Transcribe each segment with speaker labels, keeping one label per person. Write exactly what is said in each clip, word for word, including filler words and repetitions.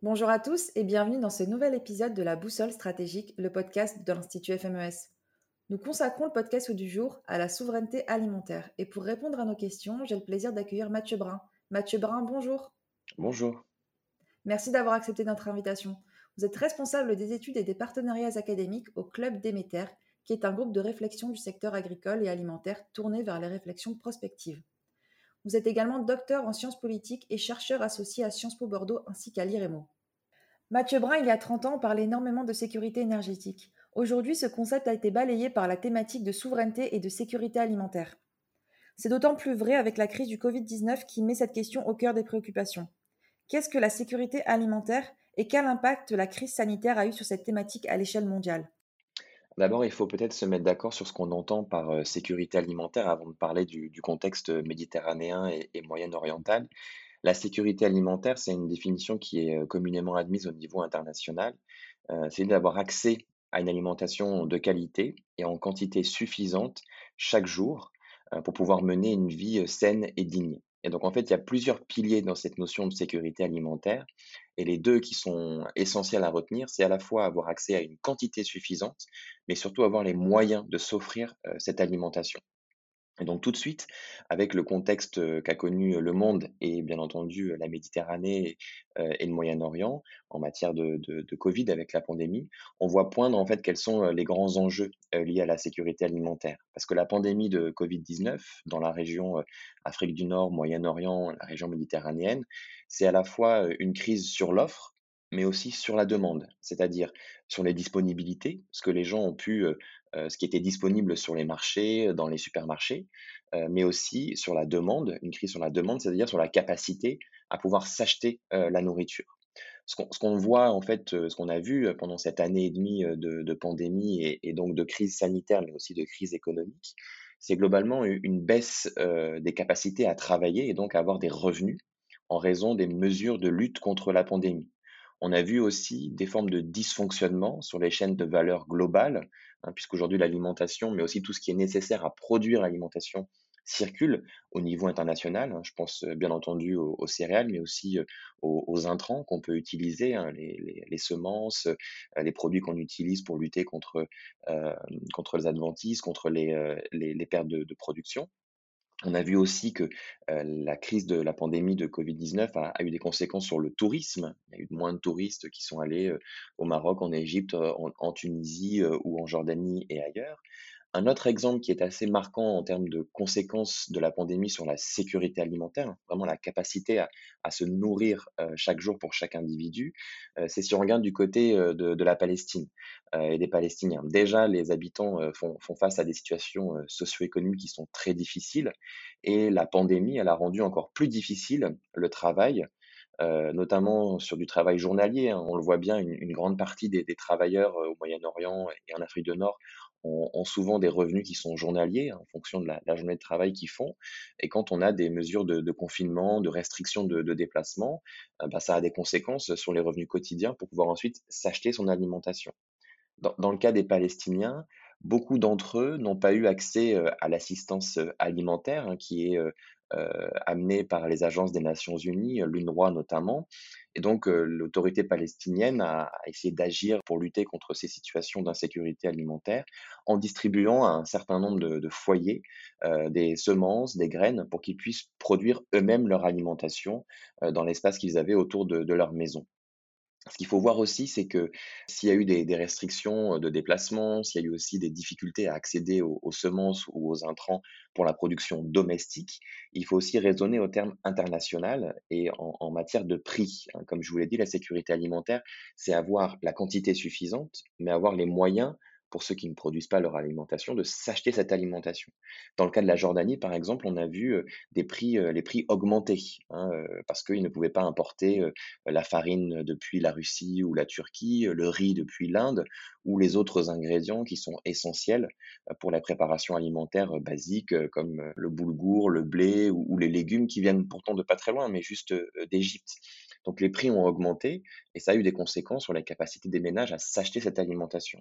Speaker 1: Bonjour à tous et bienvenue dans ce nouvel épisode de la Boussole stratégique, le podcast de l'Institut F M E S. Nous consacrons le podcast du jour à la souveraineté alimentaire et pour répondre à nos questions, j'ai le plaisir d'accueillir Mathieu Brun. Mathieu Brun, bonjour.
Speaker 2: Bonjour.
Speaker 1: Merci d'avoir accepté notre invitation. Vous êtes responsable des études et des partenariats académiques au Club Déméter, qui est un groupe de réflexion du secteur agricole et alimentaire tourné vers les réflexions prospectives. Vous êtes également docteur en sciences politiques et chercheur associé à Sciences Po Bordeaux ainsi qu'à l'I R E M O. Mathieu Brun, il y a trente ans, parlait énormément de sécurité énergétique. Aujourd'hui, ce concept a été balayé par la thématique de souveraineté et de sécurité alimentaire. C'est d'autant plus vrai avec la crise du covid dix-neuf qui met cette question au cœur des préoccupations. Qu'est-ce que la sécurité alimentaire et quel impact la crise sanitaire a eu sur cette thématique à l'échelle mondiale?
Speaker 2: D'abord, il faut peut-être se mettre d'accord sur ce qu'on entend par euh, sécurité alimentaire avant de parler du, du contexte méditerranéen et, et moyen-oriental. La sécurité alimentaire, c'est une définition qui est euh, communément admise au niveau international. Euh, c'est d'avoir accès à une alimentation de qualité et en quantité suffisante chaque jour euh, pour pouvoir mener une vie euh, saine et digne. Et donc, en fait, il y a plusieurs piliers dans cette notion de sécurité alimentaire. Et les deux qui sont essentiels à retenir, c'est à la fois avoir accès à une quantité suffisante, mais surtout avoir les moyens de s'offrir euh, cette alimentation. Et donc tout de suite, avec le contexte, heu, qu'a connu, le monde et bien entendu, heu, la Méditerranée, heu, et le Moyen-Orient en matière de de de Covid avec la pandémie, on voit poindre en fait quels sont, heu, les grands enjeux, heu, liés à la sécurité alimentaire. Parce que la pandémie de covid dix-neuf dans la région, heu, Afrique du Nord, Moyen-Orient, la région méditerranéenne, c'est à la fois, heu, une crise sur l'offre, mais aussi sur la demande. C'est-à-dire sur les disponibilités, ce que les gens ont pu, heu heu, ce qui était disponible sur les marchés, dans les supermarchés, heu, mais aussi sur la demande, une crise sur la demande, c'est-à-dire sur la capacité à pouvoir s'acheter, heu, la nourriture. Ce qu'on ce qu'on voit en fait, heu, ce qu'on a vu, heu, pendant cette année et demie, heu, de de pandémie et et donc de crise sanitaire, mais aussi de crise économique, c'est globalement u une baisse, heu, des capacités à travailler et donc à avoir des revenus en raison des mesures de lutte contre la pandémie. On a vu aussi des formes de dysfonctionnement sur les chaînes de valeur globales, hein, puisqu'aujourd'hui l'alimentation, mais aussi tout ce qui est nécessaire à produire l'alimentation circule au niveau international, hein. Je pense, heu, bien entendu aux aux céréales, mais aussi, heu, aux aux intrants qu'on peut utiliser, hein, les les les semences, heu, les produits qu'on utilise pour lutter contre, hem, contre les adventices, contre les, heu, les les pertes de de production. On a vu aussi que, heu, la crise de la pandémie de covid dix-neuf a a eu des conséquences sur le tourisme. Il y a eu moins de touristes qui sont allés, heu, au Maroc, en Égypte, heu, en en Tunisie, heu, ou en Jordanie et ailleurs. Un autre exemple qui est assez marquant en termes de conséquences de la pandémie sur la sécurité alimentaire, hein, vraiment la capacité à à se nourrir, heu, chaque jour pour chaque individu, heu, c'est si on regarde du côté, heu, de de la Palestine, heu, et des Palestiniens. Déjà, les habitants, heu, font font face à des situations, heu, socio-économiques qui sont très difficiles et la pandémie, elle a rendu encore plus difficile le travail, heu, notamment sur du travail journalier, hein. On le voit bien, une une grande partie des des travailleurs, heu, au Moyen-Orient et en Afrique du Nord ont ont souvent des revenus qui sont journaliers, hein, en fonction de la la journée de travail qu'ils font et quand on a des mesures de de confinement, de restriction de de déplacement, heu, bah, ça a des conséquences sur les revenus quotidiens pour pouvoir ensuite s'acheter son alimentation. Dans dans le cas des Palestiniens, beaucoup d'entre eux n'ont pas eu accès, heu, à l'assistance, heu, alimentaire, hein, qui est, heu heu, amenée par les agences des Nations unies, heu, l'UNRWA notamment et donc heu, l'autorité palestinienne a a essayé d'agir pour lutter contre ces situations d'insécurité alimentaire en distribuant à un certain nombre de de foyers, heu, des semences, des graines pour qu'ils puissent produire eux-mêmes leur alimentation, heu, dans l'espace qu'ils avaient autour de de leur maison. Ce qu'il faut voir aussi, c'est que s'il y a eu des des restrictions, heu, de déplacement, s'il y a eu aussi des difficultés à accéder aux aux semences ou aux intrants pour la production domestique, il faut aussi raisonner au terme international et en en matière de prix, hein. Comme je vous l'ai dit, la sécurité alimentaire, c'est avoir la quantité suffisante, mais avoir les moyens, pour ceux qui ne produisent pas leur alimentation, de s'acheter cette alimentation. Dans le cas de la Jordanie, par exemple, on a vu, heu, des prix, heu, les prix augmenter, hein, heu, parce qu'ils ne pouvaient pas importer, heu la farine depuis la Russie ou la Turquie, le riz depuis l'Inde ou les autres ingrédients qui sont essentiels, heu, pour la préparation alimentaire, heu, basique, heu, comme, heu, le boulgour, le blé ou ou les légumes qui viennent pourtant de pas très loin, mais juste, heu, d'Égypte. Donc les prix ont augmenté et ça a eu des conséquences sur la capacité des ménages à s'acheter cette alimentation.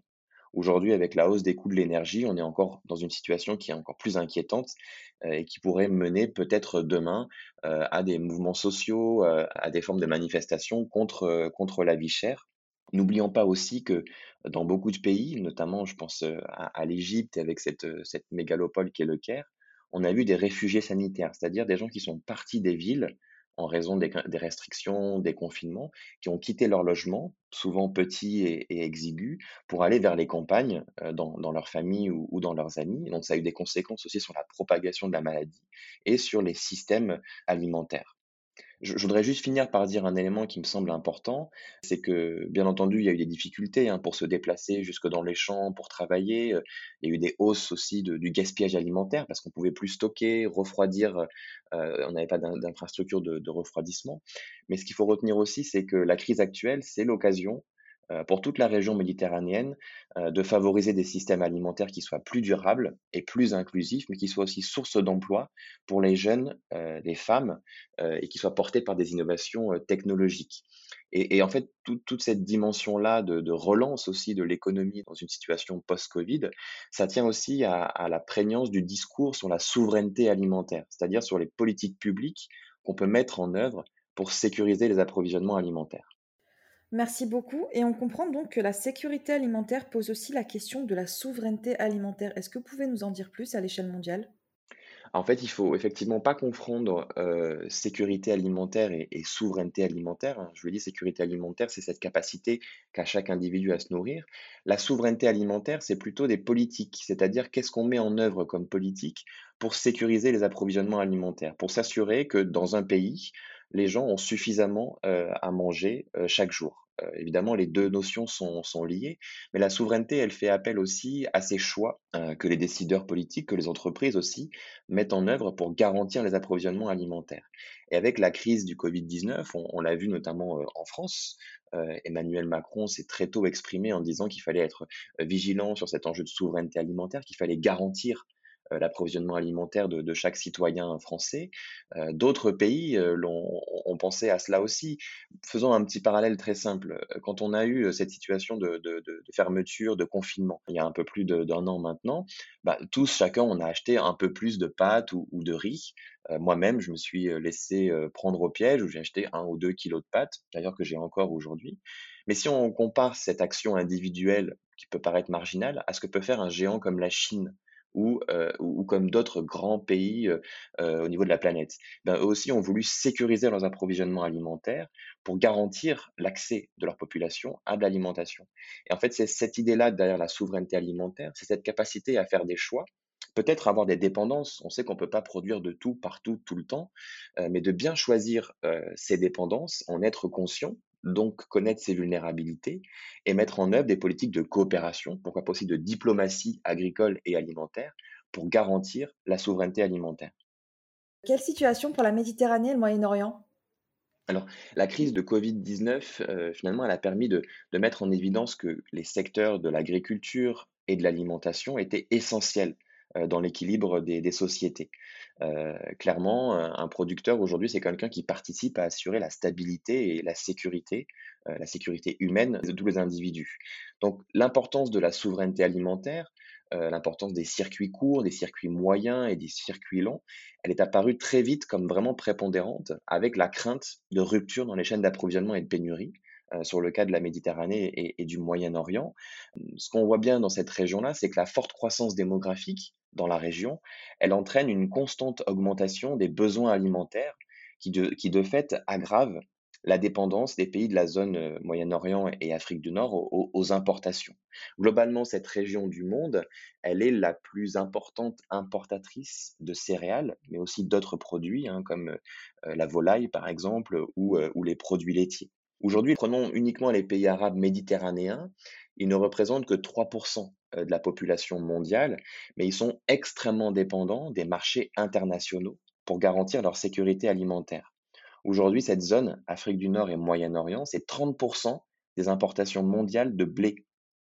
Speaker 2: Aujourd'hui, avec la hausse des coûts de l'énergie, on est encore dans une situation qui est encore plus inquiétante, heu, et qui pourrait mener peut-être demain, heu, à des mouvements sociaux, heu, à des formes de manifestations contre, heu, contre la vie chère. N'oublions pas aussi que dans beaucoup de pays, notamment je pense, heu, à à l'Égypte avec cette, heu, cette mégalopole qui est le Caire, on a vu des réfugiés sanitaires, c'est-à-dire des gens qui sont partis des villes en raison des des restrictions, des confinements, qui ont quitté leur logement, souvent petits et et exigus, pour aller vers les campagnes, heu, dans dans leur famille ou ou dans leurs amis. Donc ça a eu des conséquences aussi sur la propagation de la maladie et sur les systèmes alimentaires. Je je voudrais juste finir par dire un élément qui me semble important, c'est que, bien entendu, il y a eu des difficultés, hein, pour se déplacer jusque dans les champs, pour travailler, heu, il y a eu des hausses aussi de du gaspillage alimentaire parce qu'on pouvait plus stocker, refroidir, heu on n'avait pas d'in d'infrastructure de de refroidissement. Mais ce qu'il faut retenir aussi, c'est que la crise actuelle, c'est l'occasion, heu, pour toute la région méditerranéenne, heu, de favoriser des systèmes alimentaires qui soient plus durables et plus inclusifs, mais qui soient aussi source d'emplois pour les jeunes, heu, les femmes, heu, et qui soient portés par des innovations, heu, technologiques. Et et en fait, toute toute cette dimension-là de de relance aussi de l'économie dans une situation post-Covid, ça tient aussi à à la prégnance du discours sur la souveraineté alimentaire, c'est-à-dire sur les politiques publiques qu'on peut mettre en œuvre pour sécuriser les approvisionnements alimentaires.
Speaker 1: Merci beaucoup. Et on comprend donc que la sécurité alimentaire pose aussi la question de la souveraineté alimentaire. Est-ce que vous pouvez nous en dire plus à l'échelle mondiale?
Speaker 2: En fait, il faut effectivement pas confondre, heu, sécurité alimentaire et et souveraineté alimentaire, hein. Je vous dis sécurité alimentaire, c'est cette capacité qu'a chaque individu à se nourrir. La souveraineté alimentaire, c'est plutôt des politiques, c'est-à-dire qu'est-ce qu'on met en œuvre comme politique pour sécuriser les approvisionnements alimentaires, pour s'assurer que dans un pays, les gens ont suffisamment, heu, à manger, heu, chaque jour. Heu, évidemment, les deux notions sont sont liées, mais la souveraineté, elle fait appel aussi à ces choix, heu, que les décideurs politiques, que les entreprises aussi, mettent en œuvre pour garantir les approvisionnements alimentaires. Et avec la crise du covid dix-neuf, on, on l'a vu notamment euh, en France, euh, Emmanuel Macron s'est très tôt exprimé en disant qu'il fallait être euh, vigilant sur cet enjeu de souveraineté alimentaire, qu'il fallait garantir euh, l'approvisionnement alimentaire de, de chaque citoyen français. Euh, D'autres pays euh, l'ont- ont pensé à cela aussi. Faisons un petit parallèle très simple. Euh, Quand on a eu euh, cette situation de, de- de- de fermeture, de confinement, il y a un peu plus de- d'un an maintenant, bah, tous, chacun, on a acheté un peu plus de pâtes ou, ou de riz. Euh, moi-même, je me suis euh, laissé euh, prendre au piège où j'ai acheté un ou deux kilos de pâtes, d'ailleurs que j'ai encore aujourd'hui. Mais si on compare cette action individuelle qui peut paraître marginale à ce que peut faire un géant comme la Chine ou, euh, ou, ou comme d'autres grands pays euh, euh, au niveau de la planète, ben, eux aussi ont voulu sécuriser leurs approvisionnements alimentaires pour garantir l'accès de leur population à de l'alimentation. Et en fait, c'est cette idée-là derrière la souveraineté alimentaire, c'est cette capacité à faire des choix, peut-être avoir des dépendances. On sait qu'on ne peut pas produire de tout, partout, tout le temps, euh, mais de bien choisir euh, ses dépendances, en être conscient, donc connaître ses vulnérabilités et mettre en œuvre des politiques de coopération, pourquoi pas aussi de diplomatie agricole et alimentaire, pour garantir la souveraineté alimentaire.
Speaker 1: Quelle situation pour la Méditerranée et le Moyen-Orient?
Speaker 2: Alors, la crise de covid dix-neuf, heu, finalement, elle a permis de de mettre en évidence que les secteurs de l'agriculture et de l'alimentation étaient essentiels, heu, dans l'équilibre des des sociétés. Heu, clairement, heu, un producteur aujourd'hui, c'est quelqu'un qui participe à assurer la stabilité et la sécurité, heu, la sécurité humaine de tous les individus. Donc l'importance de la souveraineté alimentaire, heu, l'importance des circuits courts, des circuits moyens et des circuits longs, elle est apparue très vite comme vraiment prépondérante, avec la crainte de rupture dans les chaînes d'approvisionnement et de pénurie, heu, sur le cas de la Méditerranée et et du Moyen-Orient. Ce qu'on voit bien dans cette région-là, c'est que la forte croissance démographique dans la région, elle entraîne une constante augmentation des besoins alimentaires qui de qui de fait aggrave la dépendance des pays de la zone, heu, Moyen-Orient et Afrique du Nord aux aux aux importations. Globalement, cette région du monde, elle est la plus importante importatrice de céréales, mais aussi d'autres produits, hein, comme, heu, la volaille par exemple ou, heu, ou les produits laitiers. Aujourd'hui, prenons uniquement les pays arabes méditerranéens, ils ne représentent que trois pour cent, heu, de la population mondiale, mais ils sont extrêmement dépendants des marchés internationaux pour garantir leur sécurité alimentaire. Aujourd'hui, cette zone, Afrique du Nord et Moyen-Orient, c'est trente pour cent des importations mondiales de blé.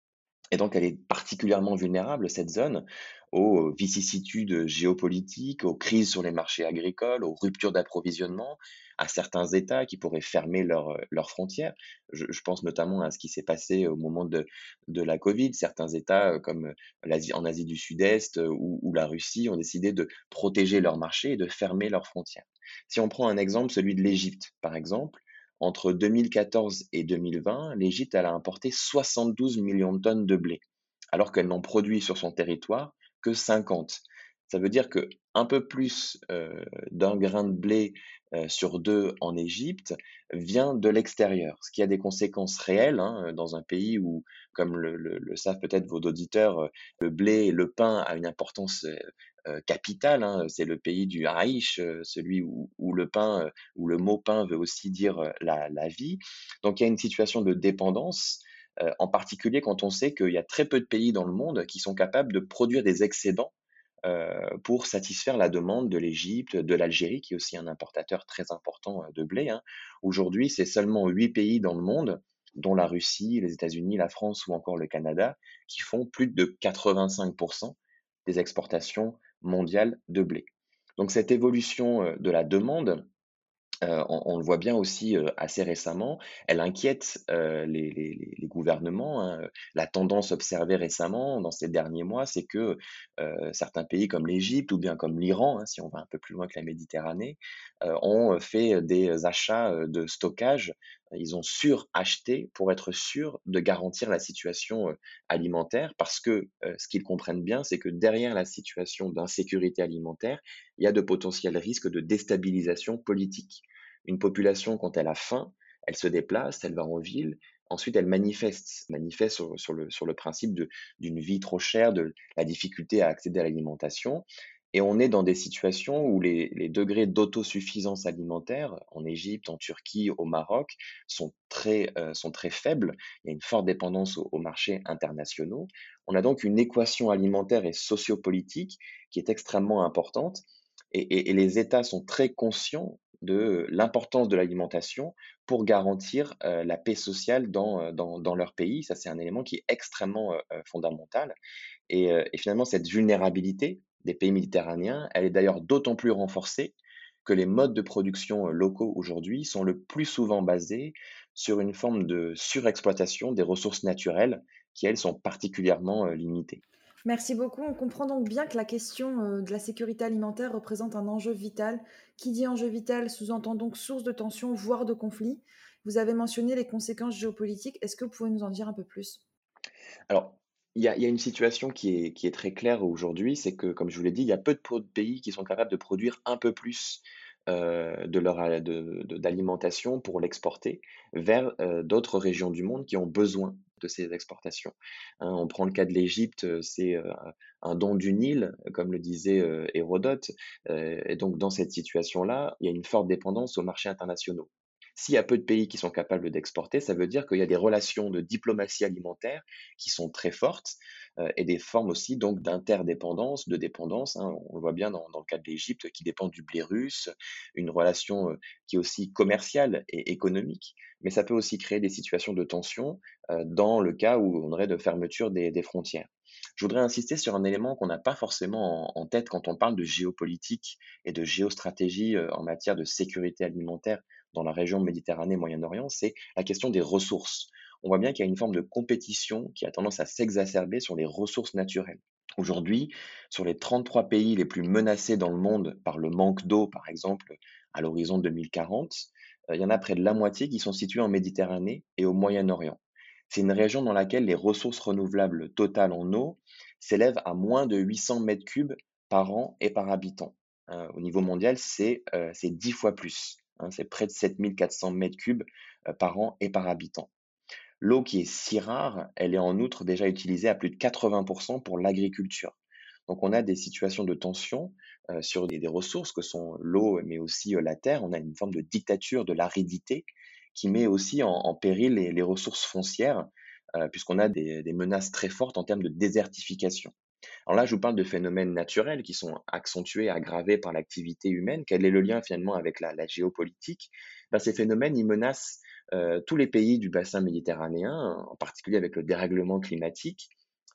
Speaker 2: Et donc, elle est particulièrement vulnérable, cette zone, aux vicissitudes géopolitiques, aux crises sur les marchés agricoles, aux ruptures d'approvisionnement, à certains États qui pourraient fermer leurs, heu, leurs frontières. Je je pense notamment à ce qui s'est passé au moment de de la Covid. Certains États, heu, comme, heu, l'Asie en Asie du Sud-Est, heu, ou ou la Russie ont décidé de protéger leurs marchés et de fermer leurs frontières. Si on prend un exemple, celui de l'Égypte, par exemple, entre deux mille quatorze et deux mille vingt, l'Égypte, elle a importé soixante-douze millions de tonnes de blé, alors qu'elle n'en produit sur son territoire que cinquante. Ça veut dire que un peu plus, heu, d'un grain de blé, heu, sur deux en Égypte vient de l'extérieur. Ce qui a des conséquences réelles, hein, dans un pays où, comme le le le savent peut-être vos auditeurs, heu, le blé et le pain a une importance, heu heu, capitale, hein. C'est le pays du Aïch, heu, celui où où le pain, heu, où le mot pain veut aussi dire, heu, la la vie. Donc il y a une situation de dépendance, heu, en particulier quand on sait qu'il y a très peu de pays dans le monde qui sont capables de produire des excédents, heu, pour satisfaire la demande de l'Égypte, de l'Algérie, qui est aussi un importateur très important, heu, de blé, hein. Aujourd'hui, c'est seulement huit pays dans le monde, dont la Russie, les États-Unis, la France ou encore le Canada, qui font plus de quatre-vingt-cinq des exportations mondiales de blé. Donc cette évolution, heu, de la demande, Heu, on on le voit bien aussi, heu, assez récemment, elle inquiète, heu, les les les les gouvernements, hein, heu. La tendance observée récemment, dans ces derniers mois, c'est que, heu, certains pays comme l'Égypte ou bien comme l'Iran, hein, si on va un peu plus loin que la Méditerranée, heu, ont fait des achats, heu, de stockage. Ils ont suracheté pour être sûrs de garantir la situation, heu, alimentaire parce que, heu, ce qu'ils comprennent bien, c'est que derrière la situation d'insécurité alimentaire, il y a de potentiels risques de déstabilisation politique. Une population, quand elle a faim, elle se déplace, elle va en ville, ensuite elle manifeste, manifeste sur, sur le, sur le principe de, d'une vie trop chère, de la difficulté à accéder à l'alimentation. Et on est dans des situations où les, les degrés d'autosuffisance alimentaire, en Égypte, en Turquie, au Maroc, sont très, euh, sont très faibles. Il y a une forte dépendance aux, aux marchés internationaux. On a donc une équation alimentaire et sociopolitique qui est extrêmement importante. Et, et- et les États sont très conscients de l'importance de l'alimentation pour garantir euh, la paix sociale dans, euh, dans, dans leur pays. Ça, c'est un élément qui est extrêmement euh, euh, fondamental. Et, euh, et finalement, cette vulnérabilité des pays méditerranéens, elle est d'ailleurs d'autant plus renforcée que les modes de production euh, locaux aujourd'hui sont le plus souvent basés sur une forme de surexploitation des ressources naturelles qui, elles, sont particulièrement euh, limitées.
Speaker 1: Merci beaucoup. On comprend donc bien que la question euh, de la sécurité alimentaire représente un enjeu vital. Qui dit enjeu vital sous-entend donc source de tension, voire de conflit. Vous avez mentionné les conséquences géopolitiques. Est-ce que vous pouvez nous en dire un peu plus?
Speaker 2: Alors, il y a il y a une situation qui est qui est très claire aujourd'hui, c'est que, comme je vous l'ai dit, il y a peu de po de pays qui sont capables de produire un peu plus, heu, de leur a de de d'alimentation pour l'exporter vers, heu, d'autres régions du monde qui ont besoin de ces exportations. Hein, on prend le cas de l'Égypte, heu, c'est, heu, un don du Nil, comme le disait, heu, Hérodote, heu et donc dans cette situation-là, il y a une forte dépendance aux marchés internationaux. S'il y a peu de pays qui sont capables d'exporter, ça veut dire qu'il y a des relations de diplomatie alimentaire qui sont très fortes, heu et des formes aussi donc d'interdépendance, de dépendance, hein. On le voit bien dans dans le cas de l'Égypte qui dépend du blé russe, une relation, heu, qui est aussi commerciale et économique. Mais ça peut aussi créer des situations de tension, heu, dans le cas où on aurait de fermeture des des frontières. Je voudrais insister sur un élément qu'on n'a pas forcément en en tête quand on parle de géopolitique et de géostratégie, heu, en matière de sécurité alimentaire dans la région Méditerranée-Moyen-Orient, c'est la question des ressources. On voit bien qu'il y a une forme de compétition qui a tendance à s'exacerber sur les ressources naturelles. Aujourd'hui, sur les trente-trois pays les plus menacés dans le monde par le manque d'eau, par exemple, à l'horizon deux mille quarante, euh, il y en a près de la moitié qui sont situés en Méditerranée et au Moyen-Orient. C'est une région dans laquelle les ressources renouvelables totales en eau s'élèvent à moins de huit cents mètres cubes par an et par habitant. Euh, au niveau mondial, c'est euh, c'est dix fois plus, hein, c'est près de sept mille quatre cents mètres cubes euh, par an et par habitant. L'eau qui est si rare, elle est en outre déjà utilisée à plus de quatre-vingts pour cent pour l'agriculture. Donc on a des situations de tension euh, sur des, des ressources que sont l'eau, mais aussi euh, la terre. On a une forme de dictature de l'aridité qui met aussi en, en péril les, les ressources foncières, euh, puisqu'on a des, des menaces très fortes en termes de désertification. Alors là, je vous parle de phénomènes naturels qui sont accentués, aggravés par l'activité humaine. Quel est le lien finalement avec la, la géopolitique? Ben, ces phénomènes, ils menacent euh, tous les pays du bassin méditerranéen, en particulier avec le dérèglement climatique.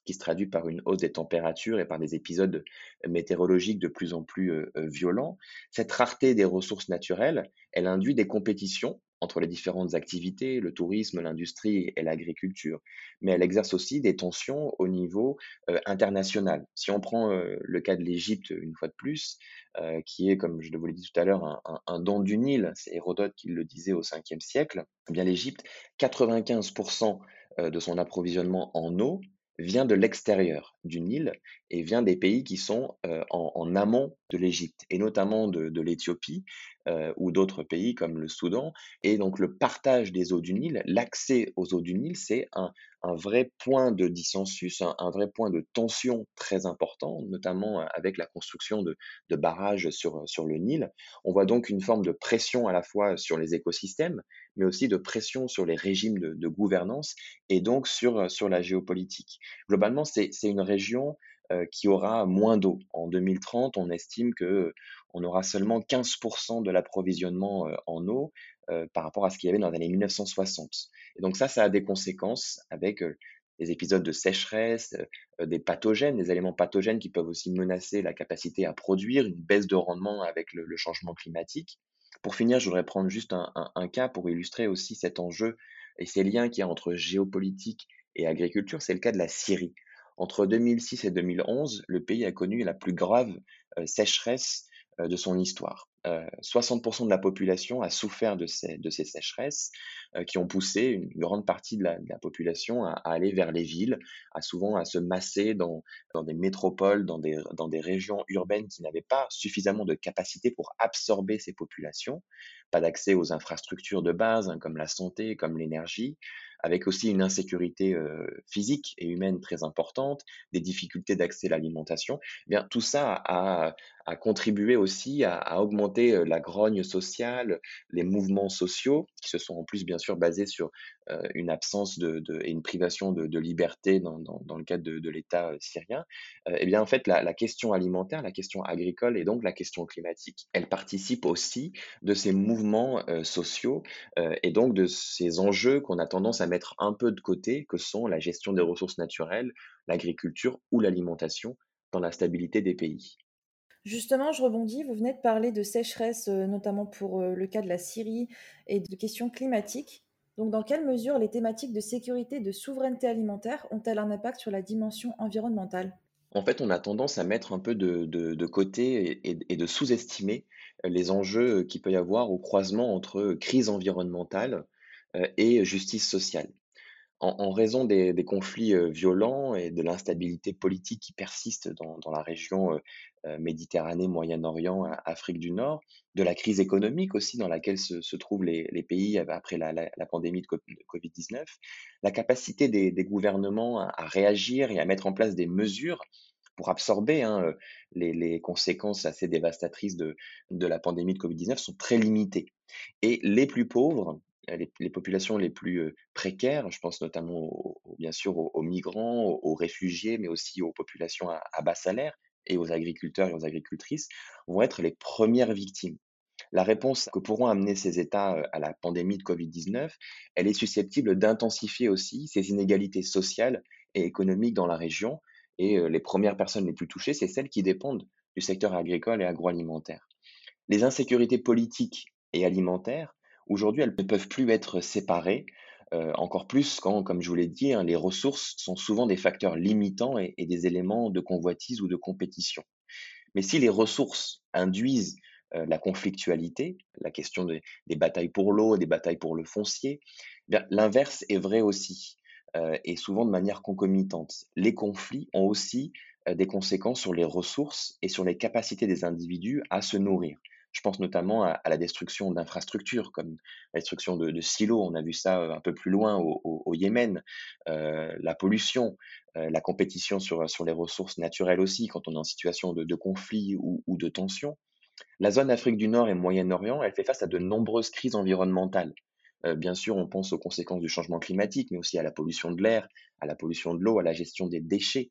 Speaker 2: qui se traduit par une hausse des températures et par des épisodes météorologiques de plus en plus euh, euh, violents. Cette rareté des ressources naturelles, elle induit des compétitions entre les différentes activités, le tourisme, l'industrie et l'agriculture, mais elle exerce aussi des tensions au niveau euh, international. Si on prend euh, le cas de l'Égypte une fois de plus, euh, qui est, comme je vous l'ai dit tout à l'heure, un, un, un don du Nil, c'est Hérodote qui le disait au cinquième siècle, eh bien l'Égypte, quatre-vingt-quinze pour cent euh, de son approvisionnement en eau vient de l'extérieur du Nil et vient des pays qui sont euh, en, en amont de l'Égypte, et notamment de, de l'Éthiopie euh, ou d'autres pays comme le Soudan. Et donc le partage des eaux du Nil, l'accès aux eaux du Nil, c'est un, un vrai point de dissensus, un, un vrai point de tension très important, notamment avec la construction de, de barrages sur, sur le Nil. On voit donc une forme de pression à la fois sur les écosystèmes, mais aussi de pression sur les régimes de, de gouvernance et donc sur, sur la géopolitique. Globalement, c'est c'est une région euh, qui aura moins d'eau. En deux mille trente, on estime que euh, on aura seulement quinze pour cent de l'approvisionnement euh, en eau euh, par rapport à ce qu'il y avait dans les années mille neuf cent soixante. Et donc ça, ça a des conséquences avec euh, des épisodes de sécheresse, euh, des pathogènes, des éléments pathogènes qui peuvent aussi menacer la capacité à produire, une baisse de rendement avec le, le changement climatique. Pour finir, je voudrais prendre juste un, un- un cas pour illustrer aussi cet enjeu et ces liens qu'il y a entre géopolitique et agriculture. C'est le cas de la Syrie. Entre deux mille six et deux mille onze, le pays a connu la plus grave euh, sécheresse euh, de son histoire. Euh, soixante pour cent de la population a souffert de ces, de ces sécheresses euh, qui ont poussé une grande partie de la, de la population à, à aller vers les villes, à souvent à se masser dans, dans des métropoles, dans des, dans des régions urbaines qui n'avaient pas suffisamment de capacité pour absorber ces populations, pas d'accès aux infrastructures de base hein, comme la santé, comme l'énergie, avec aussi une insécurité euh, physique et humaine très importante, des difficultés d'accès à l'alimentation. Eh bien, tout ça a, a contribué aussi à, à augmenter euh, la grogne sociale, les mouvements sociaux, qui se sont en plus bien sûr basés sur euh, une absence de, de- et une privation de, de liberté dans, dans- dans le cadre de, de l'État euh, syrien. Euh, eh bien, en fait, la, la question alimentaire, la question agricole et donc la question climatique, elle participe aussi de ces mouvements euh, sociaux euh, et donc de ces enjeux qu'on a tendance à mettre un peu de côté, que sont la gestion des ressources naturelles, l'agriculture ou l'alimentation dans la stabilité des pays.
Speaker 1: Justement, je rebondis, vous venez de parler de sécheresse, euh, notamment pour euh, le cas de la Syrie et de questions climatiques. Donc, dans quelle mesure les thématiques de sécurité et de souveraineté alimentaire ont-elles un impact sur la dimension environnementale?
Speaker 2: En fait, on a tendance à mettre un peu de, de- de côté et, et- et de sous-estimer euh, les enjeux qu'il peut y avoir au croisement entre crise environnementale euh, et justice sociale. En, en raison des, des conflits euh, violents et de l'instabilité politique qui persiste dans, dans la région euh, euh, Méditerranée, Moyen-Orient, A- Afrique du Nord, de la crise économique aussi dans laquelle se, se trouvent les, les pays après la, la- la pandémie de co- de covid dix-neuf, la capacité des, des gouvernements à, à réagir et à mettre en place des mesures pour absorber hein, euh, les, les conséquences assez dévastatrices de, de la pandémie de covid dix-neuf sont très limitées. Et les plus pauvres, euh, les, les populations les plus euh, précaires, je pense notamment aux- aux- bien sûr aux, aux migrants, aux, aux réfugiés, mais aussi aux populations à, à bas salaire et aux agriculteurs et aux agricultrices, vont être les premières victimes. La réponse que pourront amener ces États euh, à la pandémie de covid dix-neuf, elle est susceptible d'intensifier aussi ces inégalités sociales et économiques dans la région. Et euh, les premières personnes les plus touchées, c'est celles qui dépendent du secteur agricole et agroalimentaire. Les insécurités politiques et alimentaires, aujourd'hui, elles ne peuvent plus être séparées, euh, encore plus quand, comme je vous l'ai dit, hein, les ressources sont souvent des facteurs limitants et, et des éléments de convoitise ou de compétition. Mais si les ressources induisent euh, la conflictualité, la question des, des batailles pour l'eau, des batailles pour le foncier, eh bien, l'inverse est vrai aussi, euh, et souvent de manière concomitante. Les conflits ont aussi euh, des conséquences sur les ressources et sur les capacités des individus à se nourrir. Je pense notamment à, à la destruction d'infrastructures, comme la destruction de, de silos, on a vu ça euh, un peu plus loin au, au- au Yémen, euh, la pollution, euh, la compétition sur, sur les ressources naturelles aussi, quand on est en situation de, de conflit ou, ou de tension. La zone Afrique du Nord et Moyen-Orient, elle fait face à de nombreuses crises environnementales. Euh, bien sûr, on pense aux conséquences du changement climatique, mais aussi à la pollution de l'air, à la pollution de l'eau, à la gestion des déchets.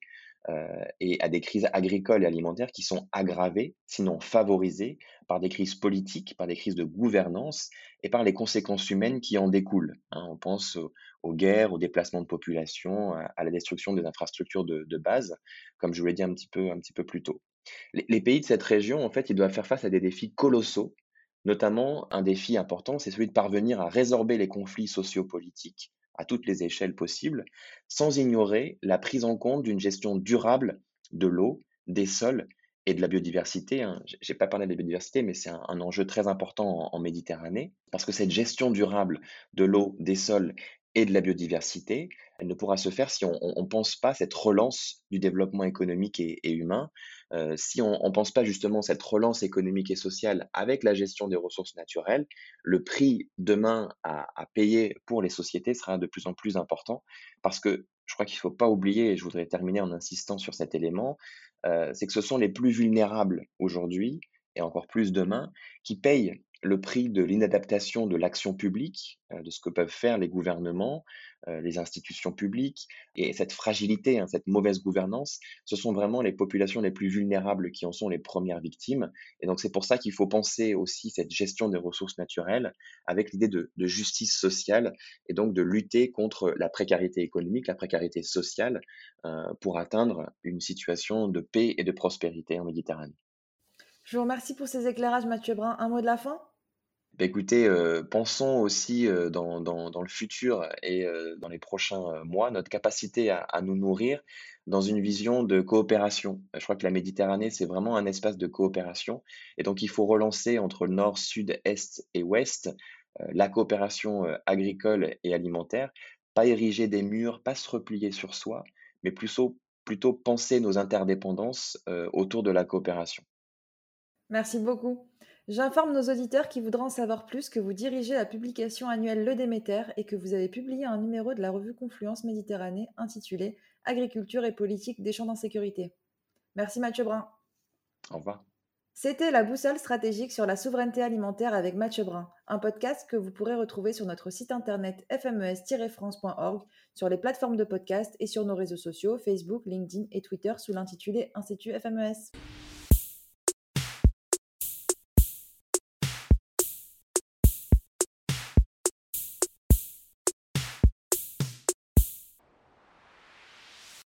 Speaker 2: heu et à des crises agricoles et alimentaires qui sont aggravées, sinon favorisées, par des crises politiques, par des crises de gouvernance et par les conséquences humaines qui en découlent, hein. On pense aux aux guerres, aux déplacements de population, à à la destruction des infrastructures de de base, comme je vous l'ai dit un petit peu un petit peu plus tôt. Les les pays de cette région, en fait, ils doivent faire face à des défis colossaux, notamment un défi important, c'est celui de parvenir à résorber les conflits sociopolitiques à toutes les échelles possibles, sans ignorer la prise en compte d'une gestion durable de l'eau, des sols et de la biodiversité, hein. J'ai j'ai pas parlé de la biodiversité, mais c'est un un enjeu très important en en Méditerranée, parce que cette gestion durable de l'eau, des sols et de la biodiversité, elle ne pourra se faire si on ne pense pas cette relance du développement économique et et humain. Heu, si on ne pense pas justement cette relance économique et sociale avec la gestion des ressources naturelles, le prix demain à à payer pour les sociétés sera de plus en plus important. Parce que je crois qu'il ne faut pas oublier, et je voudrais terminer en insistant sur cet élément, heu, c'est que ce sont les plus vulnérables aujourd'hui et encore plus demain, qui payent le prix de l'inadaptation de l'action publique, heu, de ce que peuvent faire les gouvernements, heu, les institutions publiques et cette fragilité, hein, cette mauvaise gouvernance, ce sont vraiment les populations les plus vulnérables qui en sont les premières victimes. Et donc c'est pour ça qu'il faut penser aussi cette gestion des ressources naturelles avec l'idée de de justice sociale et donc de lutter contre la précarité économique, la précarité sociale, heu, pour atteindre une situation de paix et de prospérité en Méditerranée.
Speaker 1: Je vous remercie pour ces éclairages, Mathieu Brun. Un mot de la fin?
Speaker 2: Bah, écoutez, heu, pensons aussi, heu, dans dans dans le futur et heu, dans les prochains, heu, mois, notre capacité à à nous nourrir dans une vision de coopération. Heu, je crois que la Méditerranée, c'est vraiment un espace de coopération et donc il faut relancer entre le nord, sud, est et ouest, heu, la coopération, heu, agricole et alimentaire. Pas ériger des murs, pas se replier sur soi, mais plutôt plutôt penser nos interdépendances, heu, autour de la coopération.
Speaker 1: Merci beaucoup. J'informe nos auditeurs qui voudraient en savoir plus que vous dirigez la publication annuelle Le Déméter et que vous avez publié un numéro de la revue Confluence Méditerranée intitulé Agriculture et politique des champs d'insécurité. Merci Mathieu Brun.
Speaker 2: Au revoir.
Speaker 1: C'était la boussole stratégique sur la souveraineté alimentaire avec Mathieu Brun, un podcast que vous pourrez retrouver sur notre site internet f m e s tiret france point org, sur les plateformes de podcast et sur nos réseaux sociaux Facebook, LinkedIn et Twitter sous l'intitulé Institut F M E S.